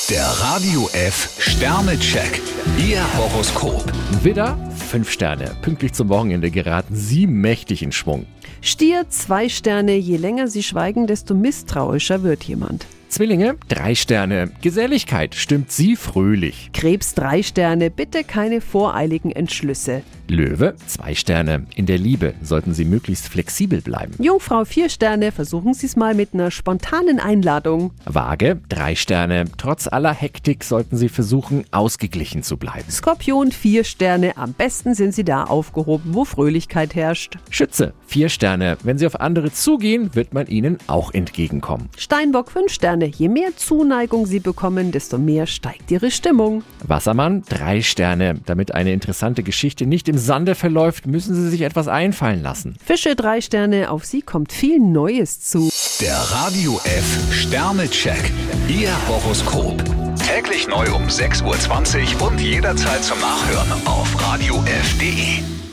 Der Radio F Sternecheck. Ihr Horoskop. Widder, 5 Sterne. Pünktlich zum Wochenende geraten Sie mächtig in Schwung. Stier, 2 Sterne. Je länger Sie schweigen, desto misstrauischer wird jemand. Zwillinge, 3 Sterne. Geselligkeit stimmt Sie fröhlich. Krebs, 3 Sterne. Bitte keine voreiligen Entschlüsse. Löwe, 2 Sterne. In der Liebe sollten Sie möglichst flexibel bleiben. Jungfrau, 4 Sterne. Versuchen Sie es mal mit einer spontanen Einladung. Waage, 3 Sterne. Trotz aller Hektik sollten Sie versuchen, ausgeglichen zu bleiben. Skorpion, 4 Sterne. Am besten sind Sie da aufgehoben, wo Fröhlichkeit herrscht. Schütze, 4 Sterne. Wenn Sie auf andere zugehen, wird man Ihnen auch entgegenkommen. Steinbock, 5 Sterne. Je mehr Zuneigung Sie bekommen, desto mehr steigt Ihre Stimmung. Wassermann, 3 Sterne. Damit eine interessante Geschichte nicht im Sande verläuft, müssen Sie sich etwas einfallen lassen. Fische, 3 Sterne. Auf Sie kommt viel Neues zu. Der Radio F Sternecheck. Ihr Horoskop. Täglich neu um 6:20 Uhr und jederzeit zum Nachhören auf radiof.de.